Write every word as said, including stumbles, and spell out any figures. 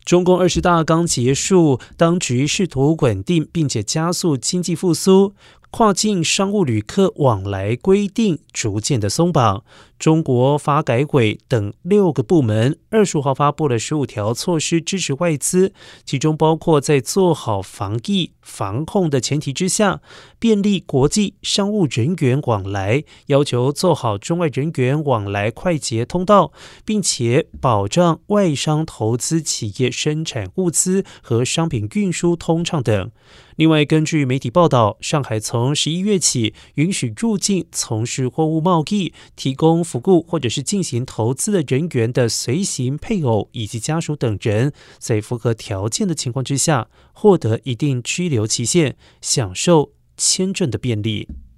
中共二十大刚结束，当局试图稳定并且加速经济复苏，跨境商务旅客往来规定逐渐的松绑。中国发改委等六个部门二十五号发布了十五条措施支持外资，其中包括在做好防疫防控的前提之下，便利国际商务人员往来，要求做好中外人员往来快捷通道，并且保障外商投资企业生产物资和商品运输通畅等。另外，根据媒体报道，上海从十一月起允许入境从事货物贸易、提供服务或者是进行投资的人员的随行配偶以及家属等人，在符合条件的情况之下，获得一定居留期限，享受签证的便利。